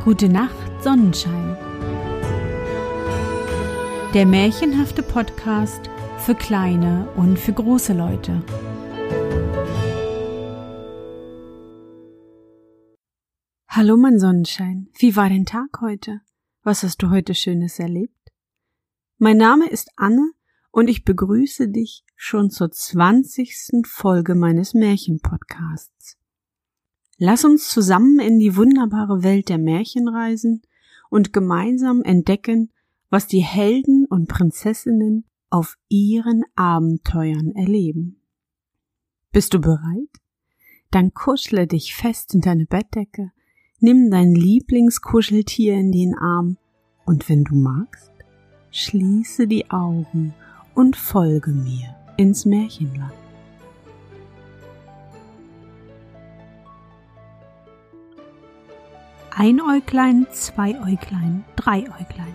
Gute Nacht, Sonnenschein. Der märchenhafte Podcast für kleine und für große Leute. Hallo mein Sonnenschein, wie war dein Tag heute? Was hast du heute Schönes erlebt? Mein Name ist Anne und ich begrüße dich schon zur 20. Folge meines Märchenpodcasts. Lass uns zusammen in die wunderbare Welt der Märchen reisen und gemeinsam entdecken, was die Helden und Prinzessinnen auf ihren Abenteuern erleben. Bist du bereit? Dann kuschle dich fest in deine Bettdecke, nimm dein Lieblingskuscheltier in den Arm und wenn du magst, schließe die Augen und folge mir ins Märchenland. Ein Äuglein, zwei Äuglein, drei Äuglein.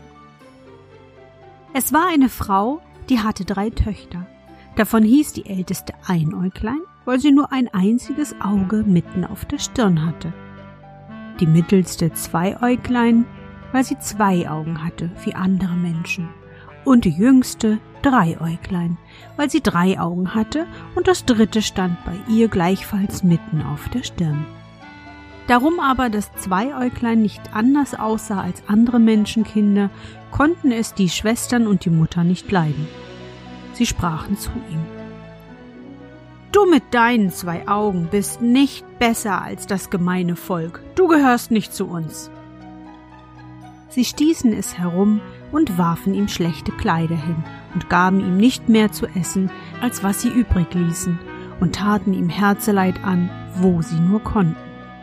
Es war eine Frau, die hatte 3 Töchter. Davon hieß die älteste Einäuglein, weil sie nur ein einziges Auge mitten auf der Stirn hatte. Die mittelste Zweiäuglein, weil sie 2 Augen hatte, wie andere Menschen. Und die jüngste Dreiäuglein, weil sie 3 Augen hatte und das dritte stand bei ihr gleichfalls mitten auf der Stirn. Darum aber das Zweiäuglein nicht anders aussah als andere Menschenkinder, konnten es die Schwestern und die Mutter nicht leiden. Sie sprachen zu ihm: »Du mit deinen 2 Augen bist nicht besser als das gemeine Volk, du gehörst nicht zu uns.« Sie stießen es herum und warfen ihm schlechte Kleider hin und gaben ihm nicht mehr zu essen, als was sie übrig ließen, und taten ihm Herzeleid an, wo sie nur konnten.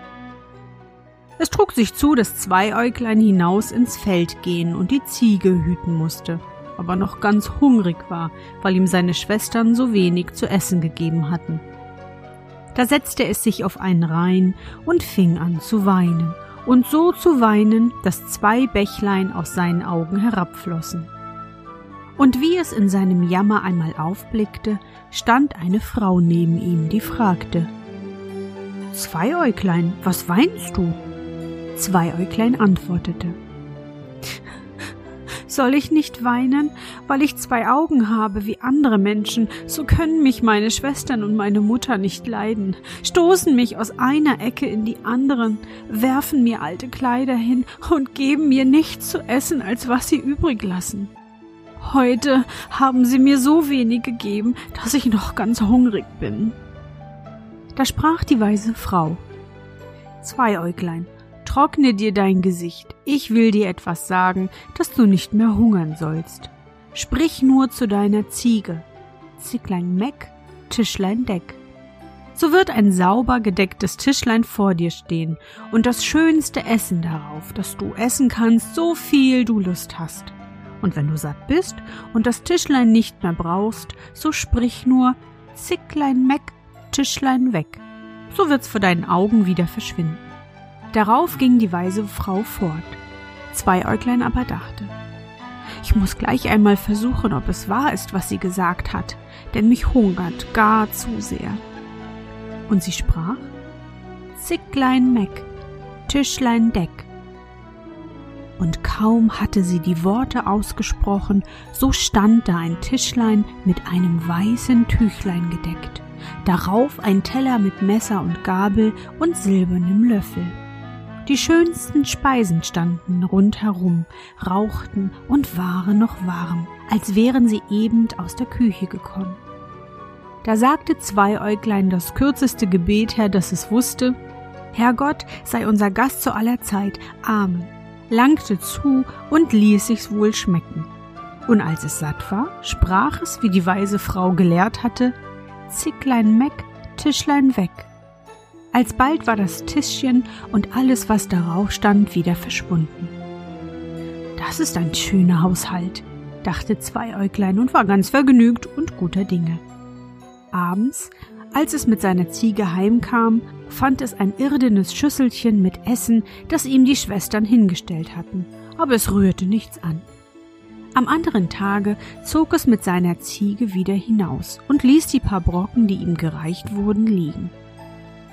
Es trug sich zu, dass Zweiäuglein hinaus ins Feld gehen und die Ziege hüten musste, aber noch ganz hungrig war, weil ihm seine Schwestern so wenig zu essen gegeben hatten. Da setzte es sich auf einen Rain und fing an zu weinen, und so zu weinen, dass 2 Bächlein aus seinen Augen herabflossen. Und wie es in seinem Jammer einmal aufblickte, stand eine Frau neben ihm, die fragte: »Zweiäuglein, was weinst du?« Zweiäuglein antwortete: »Soll ich nicht weinen, weil ich 2 Augen habe wie andere Menschen, so können mich meine Schwestern und meine Mutter nicht leiden, stoßen mich aus einer Ecke in die anderen, werfen mir alte Kleider hin und geben mir nichts zu essen, als was sie übrig lassen. Heute haben sie mir so wenig gegeben, dass ich noch ganz hungrig bin.« Da sprach die weise Frau: »Zweiäuglein, trockne dir dein Gesicht, ich will dir etwas sagen, dass du nicht mehr hungern sollst. Sprich nur zu deiner Ziege: Zicklein Meck, Tischlein Deck. So wird ein sauber gedecktes Tischlein vor dir stehen und das schönste Essen darauf, dass du essen kannst, so viel du Lust hast. Und wenn du satt bist und das Tischlein nicht mehr brauchst, so sprich nur: Zicklein Meck, Tischlein weg. So wird's vor deinen Augen wieder verschwinden.« Darauf ging die weise Frau fort. Zweiäuglein aber dachte: »Ich muss gleich einmal versuchen, ob es wahr ist, was sie gesagt hat, denn mich hungert gar zu sehr.« Und sie sprach: »Zicklein Meck, Tischlein Deck.« Und kaum hatte sie die Worte ausgesprochen, so stand da ein Tischlein mit einem weißen Tüchlein gedeckt, darauf ein Teller mit Messer und Gabel und silbernem Löffel. Die schönsten Speisen standen rundherum, rauchten und waren noch warm, als wären sie eben aus der Küche gekommen. Da sagte Zweiäuglein das kürzeste Gebet her, das es wusste: »Herrgott, sei unser Gast zu aller Zeit. Amen«, langte zu und ließ sich's wohl schmecken. Und als es satt war, sprach es, wie die weise Frau gelehrt hatte: »Zicklein Meck, Tischlein weg.« Alsbald war das Tischchen und alles, was darauf stand, wieder verschwunden. »Das ist ein schöner Haushalt«, dachte Zweiäuglein und war ganz vergnügt und guter Dinge. Abends, als es mit seiner Ziege heimkam, fand es ein irdenes Schüsselchen mit Essen, das ihm die Schwestern hingestellt hatten, aber es rührte nichts an. Am anderen Tage zog es mit seiner Ziege wieder hinaus und ließ die paar Brocken, die ihm gereicht wurden, liegen.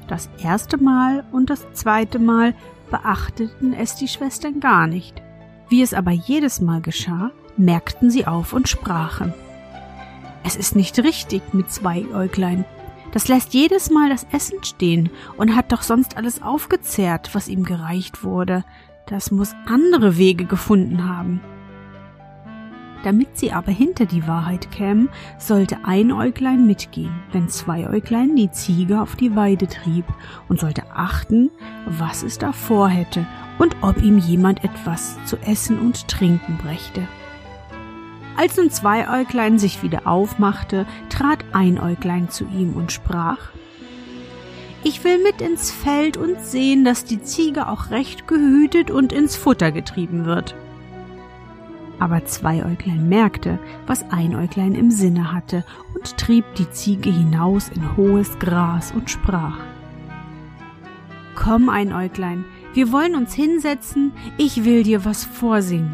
Das erste Mal und das zweite Mal beachteten es die Schwestern gar nicht. Wie es aber jedes Mal geschah, merkten sie auf und sprachen: Es ist nicht richtig mit Zweiäuglein. Das lässt jedes Mal das Essen stehen und hat doch sonst alles aufgezehrt, was ihm gereicht wurde. Das muss andere Wege gefunden haben. Damit sie aber hinter die Wahrheit kämen, sollte Einäuglein mitgehen, wenn Zweiäuglein die Ziege auf die Weide trieb, und sollte achten, was es da vorhätte und ob ihm jemand etwas zu essen und trinken brächte. Als nun Zweiäuglein sich wieder aufmachte, trat Einäuglein zu ihm und sprach: Ich will mit ins Feld und sehen, dass die Ziege auch recht gehütet und ins Futter getrieben wird. Aber Zweiäuglein merkte, was Einäuglein im Sinne hatte, und trieb die Ziege hinaus in hohes Gras und sprach: Komm, Einäuglein, wir wollen uns hinsetzen, ich will dir was vorsingen.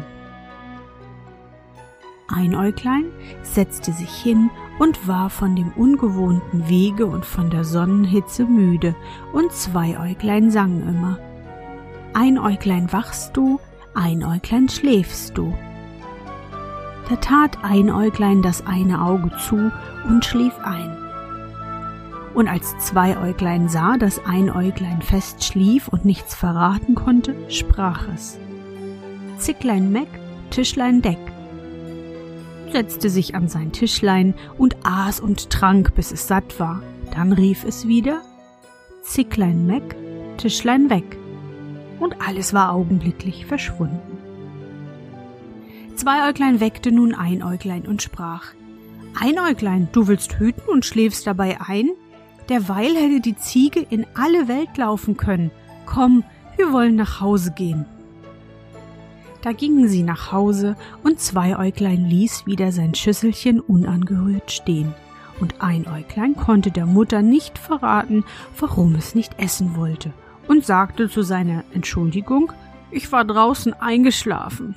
Einäuglein setzte sich hin und war von dem ungewohnten Wege und von der Sonnenhitze müde, und Zweiäuglein sang immer: Einäuglein wachst du, Einäuglein schläfst du. Da tat Einäuglein das eine Auge zu und schlief ein. Und als Zweiäuglein sah, dass Einäuglein fest schlief und nichts verraten konnte, sprach es: Zicklein meck, Tischlein deck. Setzte sich an sein Tischlein und aß und trank, bis es satt war. Dann rief es wieder: Zicklein meck, Tischlein weg. Und alles war augenblicklich verschwunden. Zweiäuglein weckte nun Einäuglein und sprach: Einäuglein, du willst hüten und schläfst dabei ein? Derweil hätte die Ziege in alle Welt laufen können. Komm, wir wollen nach Hause gehen. Da gingen sie nach Hause, und Zweiäuglein ließ wieder sein Schüsselchen unangerührt stehen. Und Einäuglein konnte der Mutter nicht verraten, warum es nicht essen wollte, und sagte zu seiner Entschuldigung: Ich war draußen eingeschlafen.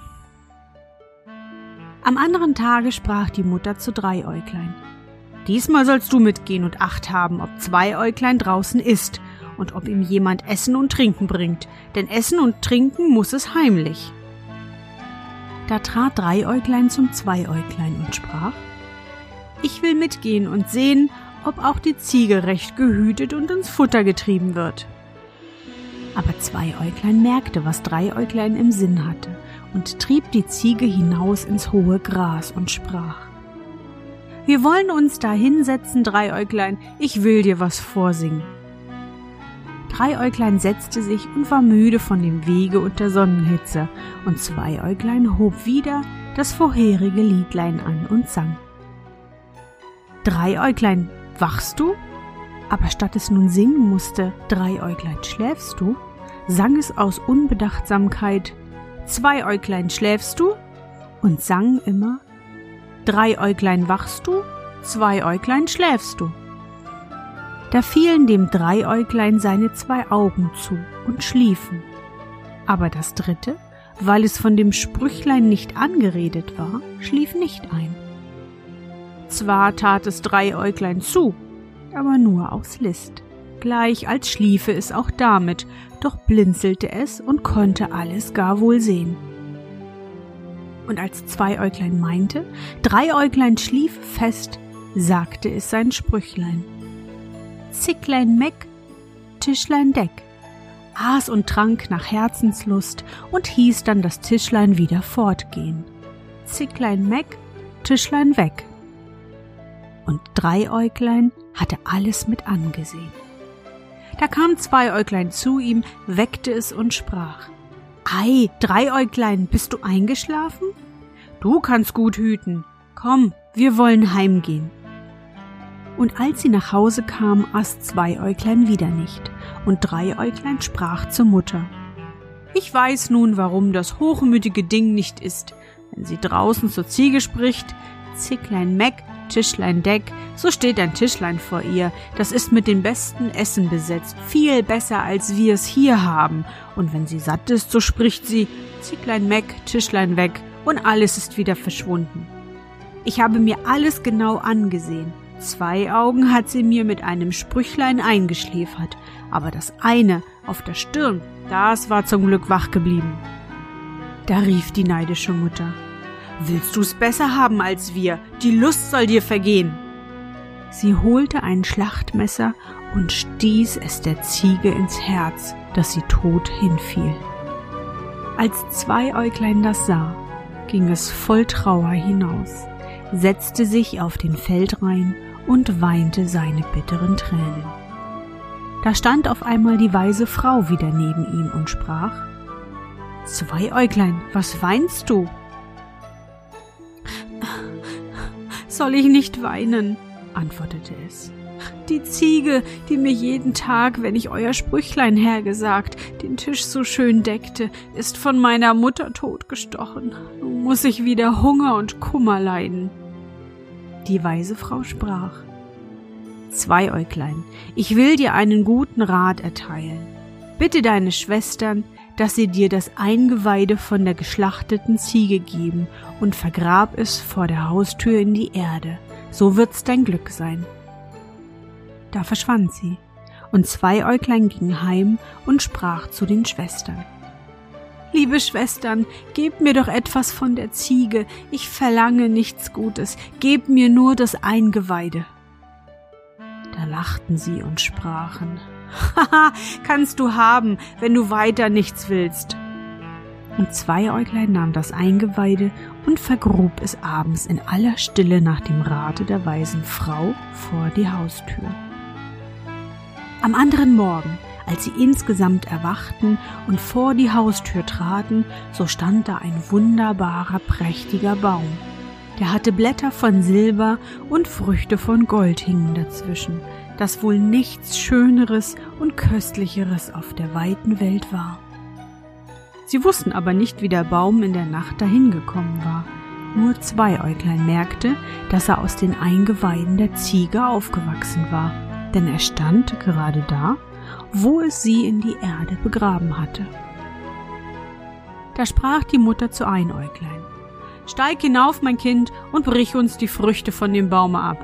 Am anderen Tage sprach die Mutter zu Dreiäuglein: Diesmal sollst du mitgehen und Acht haben, ob Zweiäuglein draußen ist und ob ihm jemand Essen und Trinken bringt, denn Essen und Trinken muss es heimlich. Da trat Dreiäuglein zum Zweiäuglein und sprach: Ich will mitgehen und sehen, ob auch die Ziege recht gehütet und ins Futter getrieben wird. Aber Zweiäuglein merkte, was Dreiäuglein im Sinn hatte, und trieb die Ziege hinaus ins hohe Gras und sprach: Wir wollen uns da hinsetzen, Dreiäuglein, ich will dir was vorsingen. Dreiäuglein setzte sich und war müde von dem Wege und der Sonnenhitze, und Zweiäuglein hob wieder das vorherige Liedlein an und sang: Dreiäuglein, wachst du? Aber statt es nun singen musste: Dreiäuglein, schläfst du? Sang es aus Unbedachtsamkeit: Zweiäuglein, schläfst du? Und sang immer: Dreiäuglein, wachst du? Zweiäuglein, schläfst du? Da fielen dem Dreiäuglein seine 2 Augen zu und schliefen. Aber das dritte, weil es von dem Sprüchlein nicht angeredet war, schlief nicht ein. Zwar tat es Dreiäuglein zu, aber nur aus List, gleich als schliefe es auch damit, doch blinzelte es und konnte alles gar wohl sehen. Und als Zweiäuglein meinte, Dreiäuglein schlief fest, sagte es sein Sprüchlein: Zicklein meck, Tischlein deck, aß und trank nach Herzenslust und hieß dann das Tischlein wieder fortgehen. Zicklein meck, Tischlein weg. Und Dreiäuglein hatte alles mit angesehen. Da kam Zweiäuglein zu ihm, weckte es und sprach: Ei, Dreiäuglein, bist du eingeschlafen? Du kannst gut hüten. Komm, wir wollen heimgehen. Und als sie nach Hause kam, aß Zweiäuglein wieder nicht, und Dreiäuglein sprach zur Mutter: Ich weiß nun, warum das hochmütige Ding nicht isst. Wenn sie draußen zur Ziege spricht: Zicklein meck, Tischlein deck, so steht ein Tischlein vor ihr, das ist mit den besten Essen besetzt, viel besser, als wir es hier haben. Und wenn sie satt ist, so spricht sie: Zicklein meck, Tischlein weg, und alles ist wieder verschwunden. Ich habe mir alles genau angesehen. 2 Augen hat sie mir mit einem Sprüchlein eingeschläfert, aber das eine auf der Stirn, das war zum Glück wach geblieben. Da rief die neidische Mutter: »Willst du's besser haben als wir? Die Lust soll dir vergehen!« Sie holte ein Schlachtmesser und stieß es der Ziege ins Herz, dass sie tot hinfiel. Als Zweieuglein das sah, ging es voll Trauer hinaus, setzte sich auf den Feldrain und weinte seine bitteren Tränen. Da stand auf einmal die weise Frau wieder neben ihm und sprach: »Zweieuglein, was weinst du?« »Soll ich nicht weinen?«, antwortete es. »Die Ziege, die mir jeden Tag, wenn ich euer Sprüchlein hergesagt, den Tisch so schön deckte, ist von meiner Mutter totgestochen. Nun muss ich wieder Hunger und Kummer leiden.« Die weise Frau sprach: »Zweieuglein, ich will dir einen guten Rat erteilen. Bitte deine Schwestern, dass sie dir das Eingeweide von der geschlachteten Ziege geben und vergrab es vor der Haustür in die Erde. So wird's dein Glück sein.« Da verschwand sie, und Zweieuglein ging heim und sprach zu den Schwestern: »Liebe Schwestern, gebt mir doch etwas von der Ziege, ich verlange nichts Gutes, gebt mir nur das Eingeweide.« Da lachten sie und sprachen: »Haha, kannst du haben, wenn du weiter nichts willst.« Und Zweieuglein nahm das Eingeweide und vergrub es abends in aller Stille nach dem Rate der weisen Frau vor die Haustür. Am anderen Morgen, als sie insgesamt erwachten und vor die Haustür traten, so stand da ein wunderbarer, prächtiger Baum. Der hatte Blätter von Silber und Früchte von Gold hingen dazwischen, dass wohl nichts Schöneres und Köstlicheres auf der weiten Welt war. Sie wussten aber nicht, wie der Baum in der Nacht dahin gekommen war. Nur Zweieuglein merkte, dass er aus den Eingeweiden der Ziege aufgewachsen war, denn er stand gerade da, wo es sie in die Erde begraben hatte. Da sprach die Mutter zu Einäuglein: »Steig hinauf, mein Kind, und brich uns die Früchte von dem Baume ab.«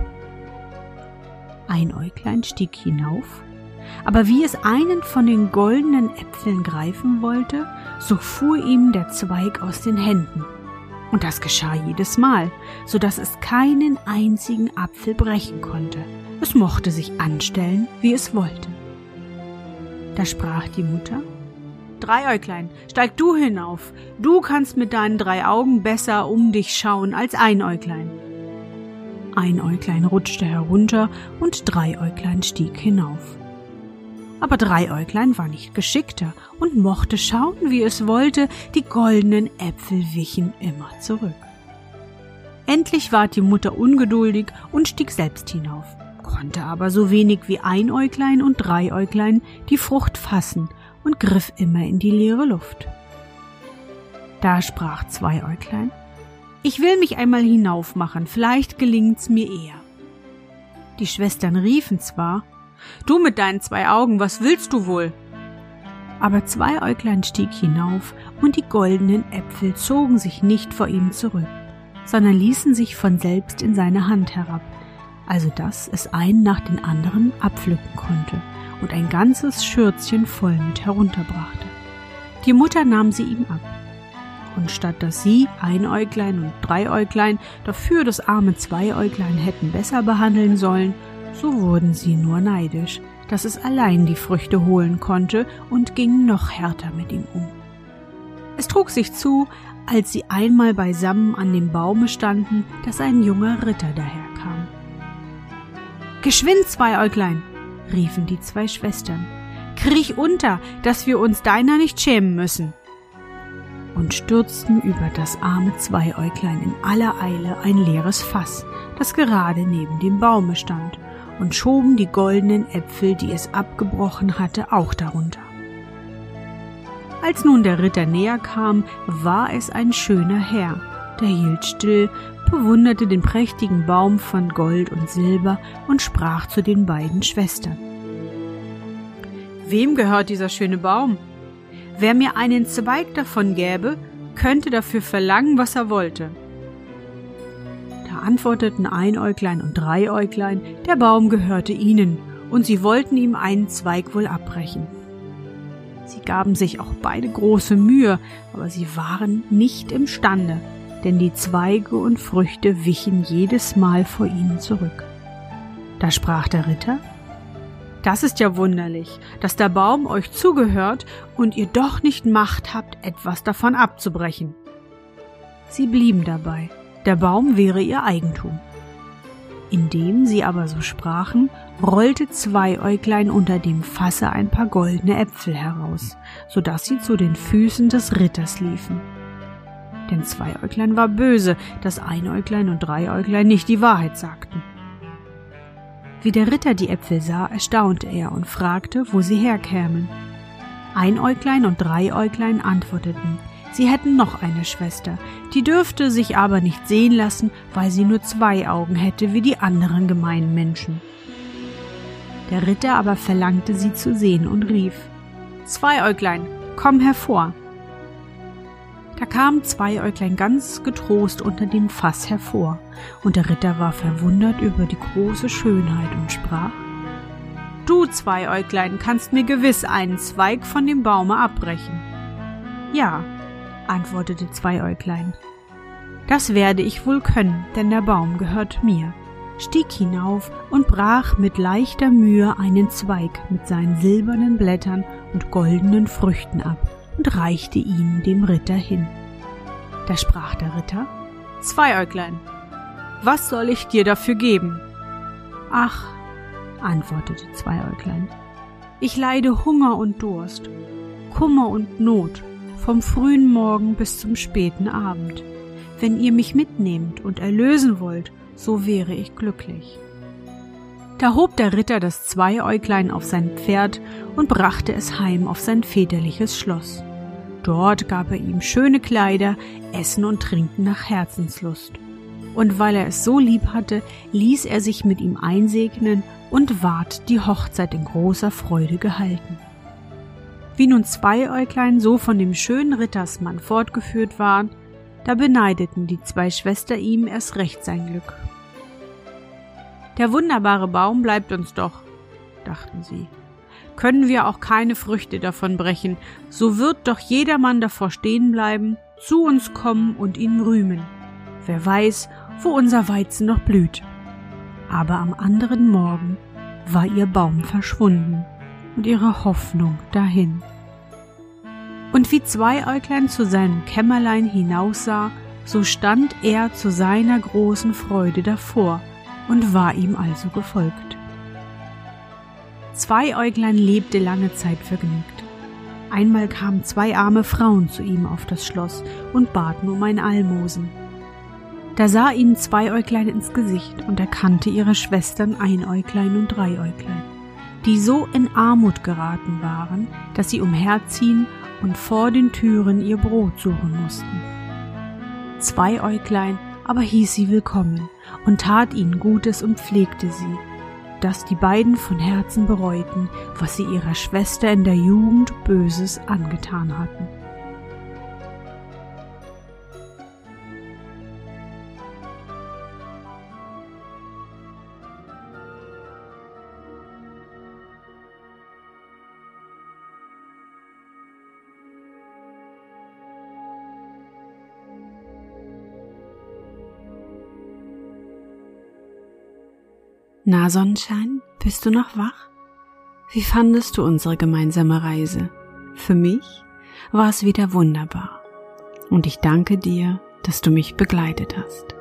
Einäuglein stieg hinauf, aber wie es einen von den goldenen Äpfeln greifen wollte, so fuhr ihm der Zweig aus den Händen. Und das geschah jedes Mal, so dass es keinen einzigen Apfel brechen konnte. Es mochte sich anstellen, wie es wollte. Da sprach die Mutter: »Dreieuglein, steig du hinauf. Du kannst mit deinen 3 Augen besser um dich schauen als Einäuglein.« Einäuglein rutschte herunter und Dreieuglein stieg hinauf. Aber Dreieuglein war nicht geschickter und mochte schauen, wie es wollte, die goldenen Äpfel wichen immer zurück. Endlich ward die Mutter ungeduldig und stieg selbst hinauf, konnte aber so wenig wie Einäuglein und Dreieuglein die Frucht fassen und griff immer in die leere Luft. Da sprach Zweieuglein: »Ich will mich einmal hinaufmachen, vielleicht gelingt's mir eher.« Die Schwestern riefen zwar: »Du mit deinen 2 Augen, was willst du wohl?« Aber Zweieuglein stieg hinauf, und die goldenen Äpfel zogen sich nicht vor ihm zurück, sondern ließen sich von selbst in seine Hand herab, also dass es einen nach den anderen abpflücken konnte und ein ganzes Schürzchen voll mit herunterbrachte. Die Mutter nahm sie ihm ab. Und statt dass sie, Einäuglein und Dreieuglein, dafür das arme Zweieuglein hätten besser behandeln sollen, so wurden sie nur neidisch, dass es allein die Früchte holen konnte, und gingen noch härter mit ihm um. Es trug sich zu, als sie einmal beisammen an dem Baume standen, dass ein junger Ritter daherkam. »Geschwind, Zweieuglein«, riefen die 2 Schwestern, »kriech unter, dass wir uns deiner nicht schämen müssen«, und stürzten über das arme Zweieuglein in aller Eile ein leeres Fass, das gerade neben dem Baume stand, und schoben die goldenen Äpfel, die es abgebrochen hatte, auch darunter. Als nun der Ritter näher kam, war es ein schöner Herr, der hielt still, bewunderte den prächtigen Baum von Gold und Silber und sprach zu den beiden Schwestern: »Wem gehört dieser schöne Baum? Wer mir einen Zweig davon gäbe, könnte dafür verlangen, was er wollte.« Da antworteten Einäuglein und Dreiäuglein, der Baum gehörte ihnen, und sie wollten ihm einen Zweig wohl abbrechen. Sie gaben sich auch beide große Mühe, aber sie waren nicht imstande, denn die Zweige und Früchte wichen jedes Mal vor ihnen zurück. Da sprach der Ritter: »Das ist ja wunderlich, dass der Baum euch zugehört und ihr doch nicht Macht habt, etwas davon abzubrechen.« Sie blieben dabei, der Baum wäre ihr Eigentum. Indem sie aber so sprachen, rollte Zweiäuglein unter dem Fasse ein paar goldene Äpfel heraus, so dass sie zu den Füßen des Ritters liefen. Denn Zweiäuglein war böse, dass Einäuglein und Dreiäuglein nicht die Wahrheit sagten. Wie der Ritter die Äpfel sah, erstaunte er und fragte, wo sie herkämen. Einäuglein und Dreiäuglein antworteten, sie hätten noch eine Schwester, die dürfte sich aber nicht sehen lassen, weil sie nur 2 Augen hätte wie die anderen gemeinen Menschen. Der Ritter aber verlangte sie zu sehen und rief: »Zweiäuglein, komm hervor!« Da kam Zweiäuglein ganz getrost unter dem Fass hervor, und der Ritter war verwundert über die große Schönheit und sprach: »Du, Zweiäuglein, kannst mir gewiss einen Zweig von dem Baume abbrechen.« »Ja«, antwortete Zweiäuglein, »das werde ich wohl können, denn der Baum gehört mir«, stieg hinauf und brach mit leichter Mühe einen Zweig mit seinen silbernen Blättern und goldenen Früchten ab und reichte ihn dem Ritter hin. Da sprach der Ritter: »Zweiäuglein, was soll ich dir dafür geben?« »Ach«, antwortete Zweiäuglein, »ich leide Hunger und Durst, Kummer und Not, vom frühen Morgen bis zum späten Abend. Wenn ihr mich mitnehmt und erlösen wollt, so wäre ich glücklich.« Da hob der Ritter das Zweiäuglein auf sein Pferd und brachte es heim auf sein väterliches Schloss. Dort gab er ihm schöne Kleider, Essen und Trinken nach Herzenslust. Und weil er es so lieb hatte, ließ er sich mit ihm einsegnen und ward die Hochzeit in großer Freude gehalten. Wie nun Zweiäuglein so von dem schönen Rittersmann fortgeführt waren, da beneideten die 2 Schwestern ihm erst recht sein Glück. »Der wunderbare Baum bleibt uns doch«, dachten sie. »Können wir auch keine Früchte davon brechen, so wird doch jedermann davor stehen bleiben, zu uns kommen und ihn rühmen. Wer weiß, wo unser Weizen noch blüht.« Aber am anderen Morgen war ihr Baum verschwunden und ihre Hoffnung dahin. Und wie Zweiäuglein zu seinem Kämmerlein hinaussah, so stand er zu seiner großen Freude davor und war ihm also gefolgt. Zweiäuglein lebte lange Zeit vergnügt. Einmal kamen 2 arme Frauen zu ihm auf das Schloss und baten um ein Almosen. Da sah ihnen Zweiäuglein ins Gesicht und erkannte ihre Schwestern Einäuglein und Dreiäuglein, die so in Armut geraten waren, dass sie umherziehen und vor den Türen ihr Brot suchen mussten. Zweiäuglein aber hieß sie willkommen und tat ihnen Gutes und pflegte sie, dass die beiden von Herzen bereuten, was sie ihrer Schwester in der Jugend Böses angetan hatten. Na, Sonnenschein, bist du noch wach? Wie fandest du unsere gemeinsame Reise? Für mich war es wieder wunderbar. Und ich danke dir, dass du mich begleitet hast.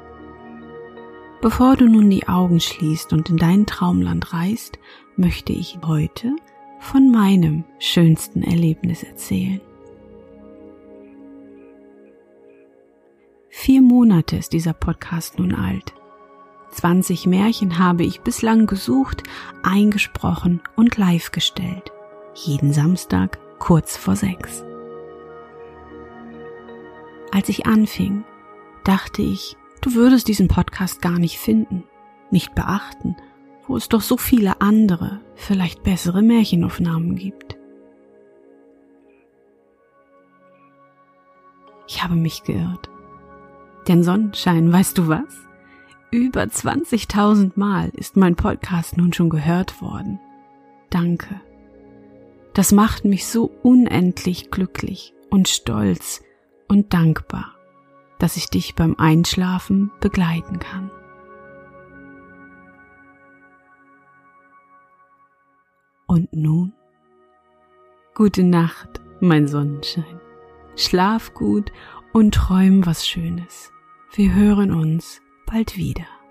Bevor du nun die Augen schließt und in dein Traumland reist, möchte ich heute von meinem schönsten Erlebnis erzählen. 4 Monate ist dieser Podcast nun alt. 20 Märchen habe ich bislang gesucht, eingesprochen und live gestellt. Jeden Samstag kurz vor 6. Als ich anfing, dachte ich, du würdest diesen Podcast gar nicht finden, nicht beachten, wo es doch so viele andere, vielleicht bessere Märchenaufnahmen gibt. Ich habe mich geirrt. Denn Sonnenschein, weißt du was? Über 20.000 Mal ist mein Podcast nun schon gehört worden. Danke. Das macht mich so unendlich glücklich und stolz und dankbar, dass ich dich beim Einschlafen begleiten kann. Und nun? Gute Nacht, mein Sonnenschein. Schlaf gut und träum was Schönes. Wir hören uns bald wieder.